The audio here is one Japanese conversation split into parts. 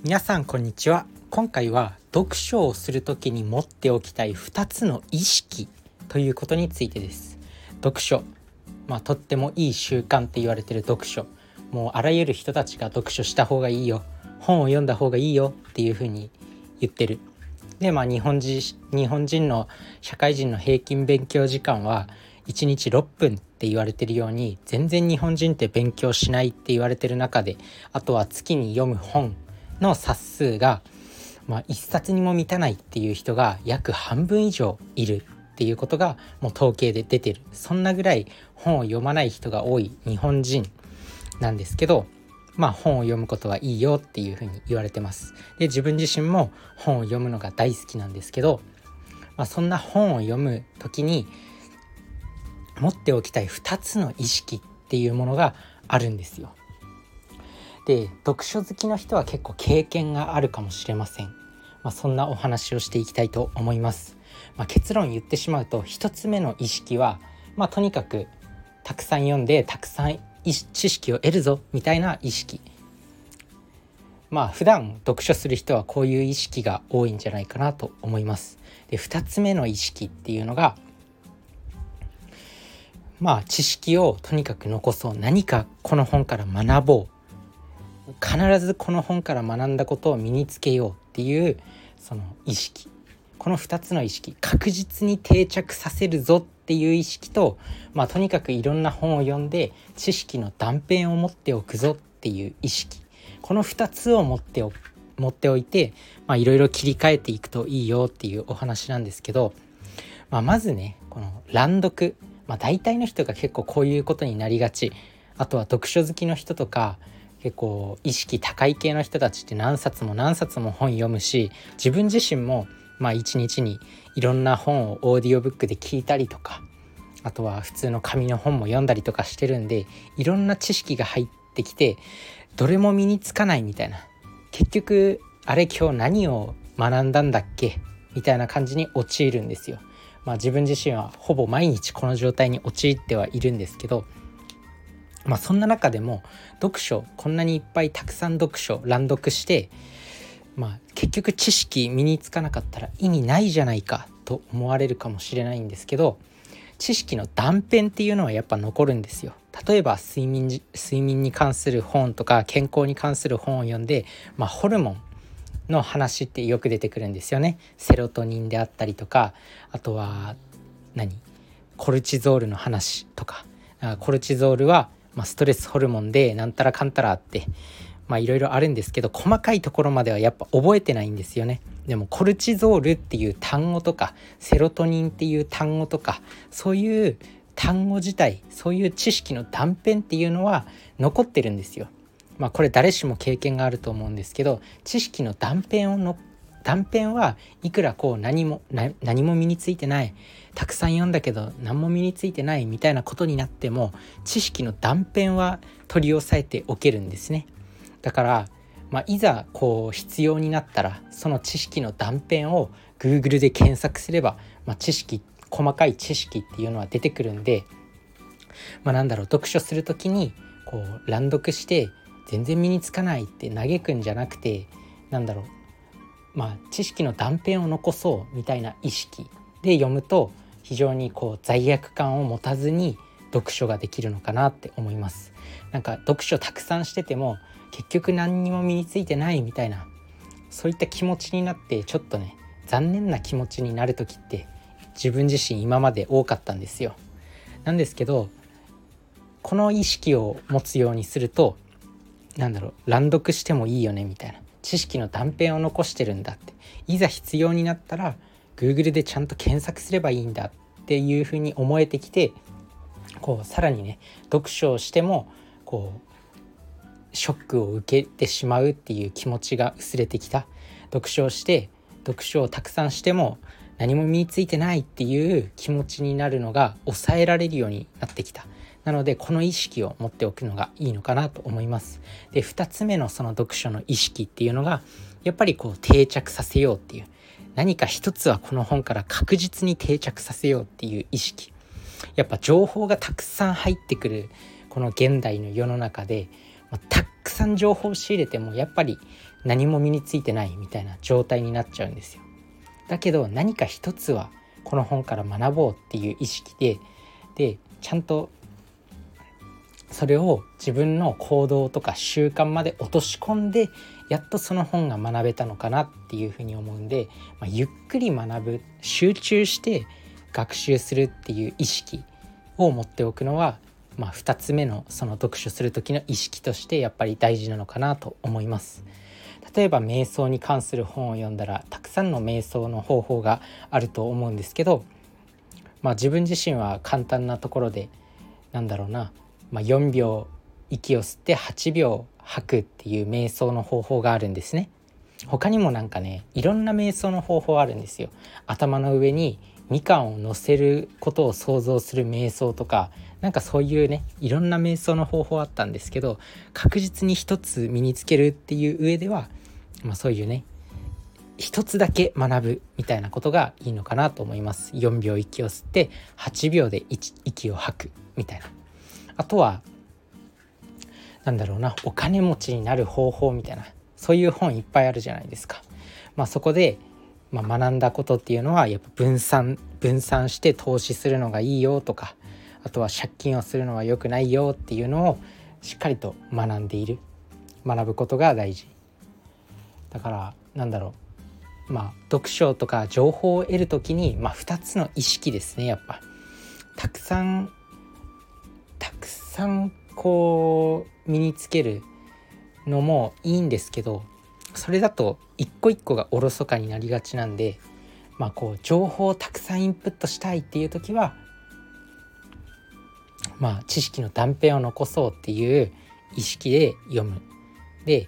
皆さんこんにちは。今回は読書をするときに持っておきたい2つの意識ということについてです。読書、とってもいい習慣って言われている読書、もうあらゆる人たちが読書した方がいいよ、本を読んだ方がいいよっていうふうに言ってる。で、日本人の社会人の平均勉強時間は1日6分って言われているように、全然日本人って勉強しないって言われている中で、あとは月に読む本の冊数が、1冊にも満たないっていう人が約半分以上いるっていうことがもう統計で出てる。そんなぐらい本を読まない人が多い日本人なんですけど、本を読むことはいいよっていうふうに言われてます。で、自分自身も本を読むのが大好きなんですけど、そんな本を読む時に持っておきたい2つの意識っていうものがあるんですよ。で、読書好きの人は結構経験があるかもしれません。そんなお話をしていきたいと思います。結論言ってしまうと、1つ目の意識は、とにかくたくさん読んでたくさん知識を得るぞみたいな意識。普段読書する人はこういう意識が多いんじゃないかなと思います。で、2つ目の意識っていうのが、知識をとにかく残そう、何かこの本から学ぼう、必ずこの本から学んだことを身につけようっていうその意識、この2つの意識、確実に定着させるぞっていう意識と、とにかくいろんな本を読んで知識の断片を持っておくぞっていう意識、この2つを持っておいて、いろいろ切り替えていくといいよっていうお話なんですけど、まずね、この乱読、大体の人が結構こういうことになりがち。あとは読書好きの人とか結構意識高い系の人たちって何冊も本読むし、自分自身も一日にいろんな本をオーディオブックで聞いたりとか、あとは普通の紙の本も読んだりとかしてるんで、いろんな知識が入ってきてどれも身につかないみたいな、結局あれ今日何を学んだんだっけみたいな感じに陥るんですよ。自分自身はほぼ毎日この状態に陥ってはいるんですけど、そんな中でも読書、こんなにいっぱいたくさん乱読して、結局知識身につかなかったら意味ないじゃないかと思われるかもしれないんですけど、知識の断片っていうのはやっぱ残るんですよ。例えば睡眠に関する本とか健康に関する本を読んで、ホルモンの話ってよく出てくるんですよね。セロトニンであったりとか、あとはコルチゾールの話とか、コルチゾールはストレスホルモンでなんたらかんたらあって、いろいろあるんですけど、細かいところまではやっぱ覚えてないんですよね。でもコルチゾールっていう単語とかセロトニンっていう単語とか、そういう単語自体、そういう知識の断片っていうのは残ってるんですよ。これ誰しも経験があると思うんですけど、知識の断片はいくら何も身についてない、たくさん読んだけど何も身についてないみたいなことになっても、知識の断片は取り押さえておけるんですね。だから、いざ必要になったら、その知識の断片を Google で検索すれば、細かい知識っていうのは出てくるんで、読書するときに乱読して全然身につかないって嘆くんじゃなくて、知識の断片を残そうみたいな意識で読むと、非常に罪悪感を持たずに読書ができるのかなって思います。読書たくさんしてても結局何にも身についてないみたいな、そういった気持ちになってちょっとね、残念な気持ちになる時って自分自身今まで多かったんですよ。なんですけど、この意識を持つようにすると、乱読してもいいよねみたいな、知識の断片を残してるんだって、いざ必要になったら Google でちゃんと検索すればいいんだっていうふうに思えてきて、さらにね、読書をしてもショックを受けてしまうっていう気持ちが薄れてきた。読書をたくさんしても何も身についてないっていう気持ちになるのが抑えられるようになってきた。なのでこの意識を持っておくのがいいのかなと思います。で、2つ目のその読書の意識っていうのが、やっぱり定着させようっていう、何か一つはこの本から確実に定着させようっていう意識。やっぱ情報がたくさん入ってくるこの現代の世の中で、たくさん情報を仕入れてもやっぱり何も身についてないみたいな状態になっちゃうんですよ。だけど何か一つはこの本から学ぼうっていう意識でちゃんとそれを自分の行動とか習慣まで落とし込んでやっとその本が学べたのかなっていうふうに思うんで、ゆっくり学ぶ、集中して学習するっていう意識を持っておくのは、2つ目のその読書する時の意識としてやっぱり大事なのかなと思います。例えば瞑想に関する本を読んだらたくさんの瞑想の方法があると思うんですけど、自分自身は簡単なところで4秒息を吸って8秒吐くっていう瞑想の方法があるんですね。他にもいろんな瞑想の方法あるんですよ。頭の上にみかんを乗せることを想像する瞑想とか、そういうね、いろんな瞑想の方法あったんですけど、確実に一つ身につけるっていう上では、そういうね、一つだけ学ぶみたいなことがいいのかなと思います。4秒息を吸って8秒で息を吐くみたいな。あとはお金持ちになる方法みたいな、そういう本いっぱいあるじゃないですか。そこで、学んだことっていうのはやっぱ分散して投資するのがいいよとか、あとは借金をするのは良くないよっていうのをしっかりと学ぶことが大事だから、読書とか情報を得るときに、2つの意識ですね。やっぱたくさんこう身につけるのもいいんですけど、それだと一個一個がおろそかになりがちなんで、情報をたくさんインプットしたいっていう時は、知識の断片を残そうっていう意識で読む。で、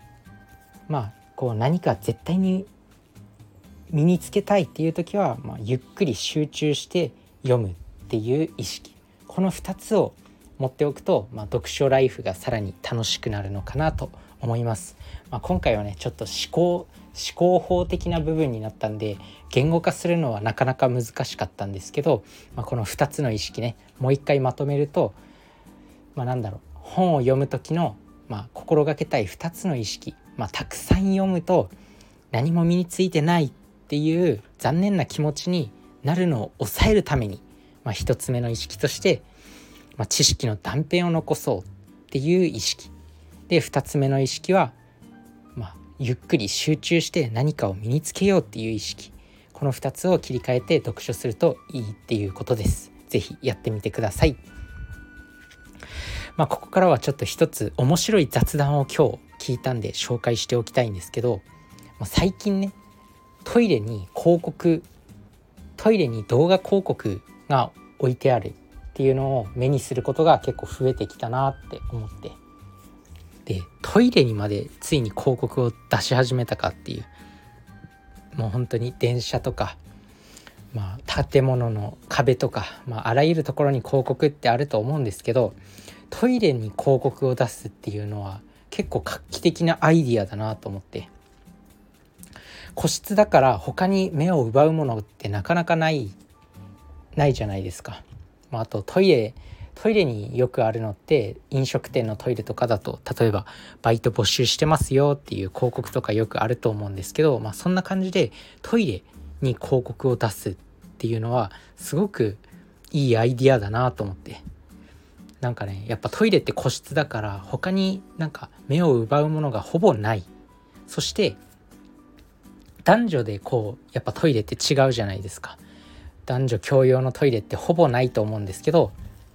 何か絶対に身につけたいっていう時は、ゆっくり集中して読むっていう意識、この2つを持っておくと、読書ライフがさらに楽しくなるのかなと思います。今回はねちょっと思考法的な部分になったんで、言語化するのはなかなか難しかったんですけど、この2つの意識ね、もう一回まとめると、本を読む時の、心がけたい2つの意識、たくさん読むと何も身についてないっていう残念な気持ちになるのを抑えるために、1つ目の意識として知識の断片を残そうっていう意識で、2つ目の意識は、ゆっくり集中して何かを身につけようっていう意識、この2つを切り替えて読書するといいっていうことです。ぜひやってみてください。ここからはちょっと一つ面白い雑談を今日聞いたんで紹介しておきたいんですけど、最近ね、トイレに動画広告が置いてあるっていうのを目にすることが結構増えてきたなって思って、でトイレにまでついに広告を出し始めたかっていう、もう本当に電車とか、建物の壁とか、あらゆるところに広告ってあると思うんですけど、トイレに広告を出すっていうのは結構画期的なアイディアだなと思って、個室だから他に目を奪うものってなかなかないじゃないですか。あとトイレによくあるのって飲食店のトイレとかだと、例えばバイト募集してますよっていう広告とかよくあると思うんですけど、そんな感じでトイレに広告を出すっていうのはすごくいいアイディアだなと思って、やっぱトイレって個室だから他に目を奪うものがほぼない。そして男女でやっぱトイレって違うじゃないですか。男女共用のトイレってほぼないと思うんですけど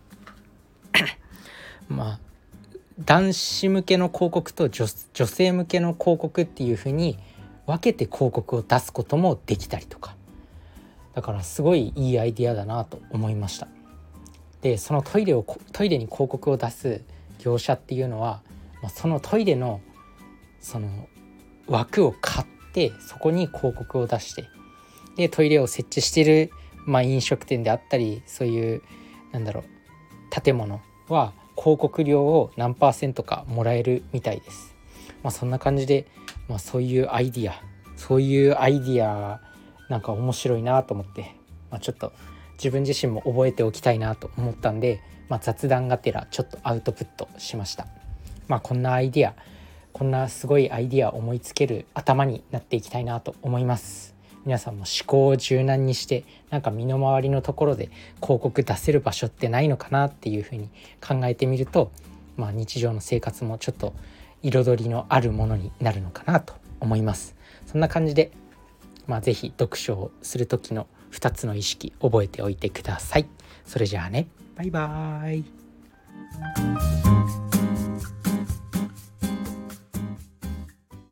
男子向けの広告と女性向けの広告っていう風に分けて広告を出すこともできたりとか、だからすごいいいアイディアだなと思いました。でそのトイレに広告を出す業者っていうのは、そのトイレのその枠を買ってそこに広告を出して、でトイレを設置している、飲食店であったり、そういう建物は広告料を何%かもらえるみたいです。そんな感じで、そういうアイディア面白いなと思って、ちょっと自分自身も覚えておきたいなと思ったんで、雑談がてらちょっとアウトプットしました。こんなアイディアこんなすごいアイディアを思いつける頭になっていきたいなと思います。皆さんも思考を柔軟にして、なんか身の回りのところで広告出せる場所ってないのかなっていうふうに考えてみると、日常の生活もちょっと彩りのあるものになるのかなと思います。そんな感じで、ぜひ読書をする時の2つの意識覚えておいてください。それじゃあね、バイバーイ。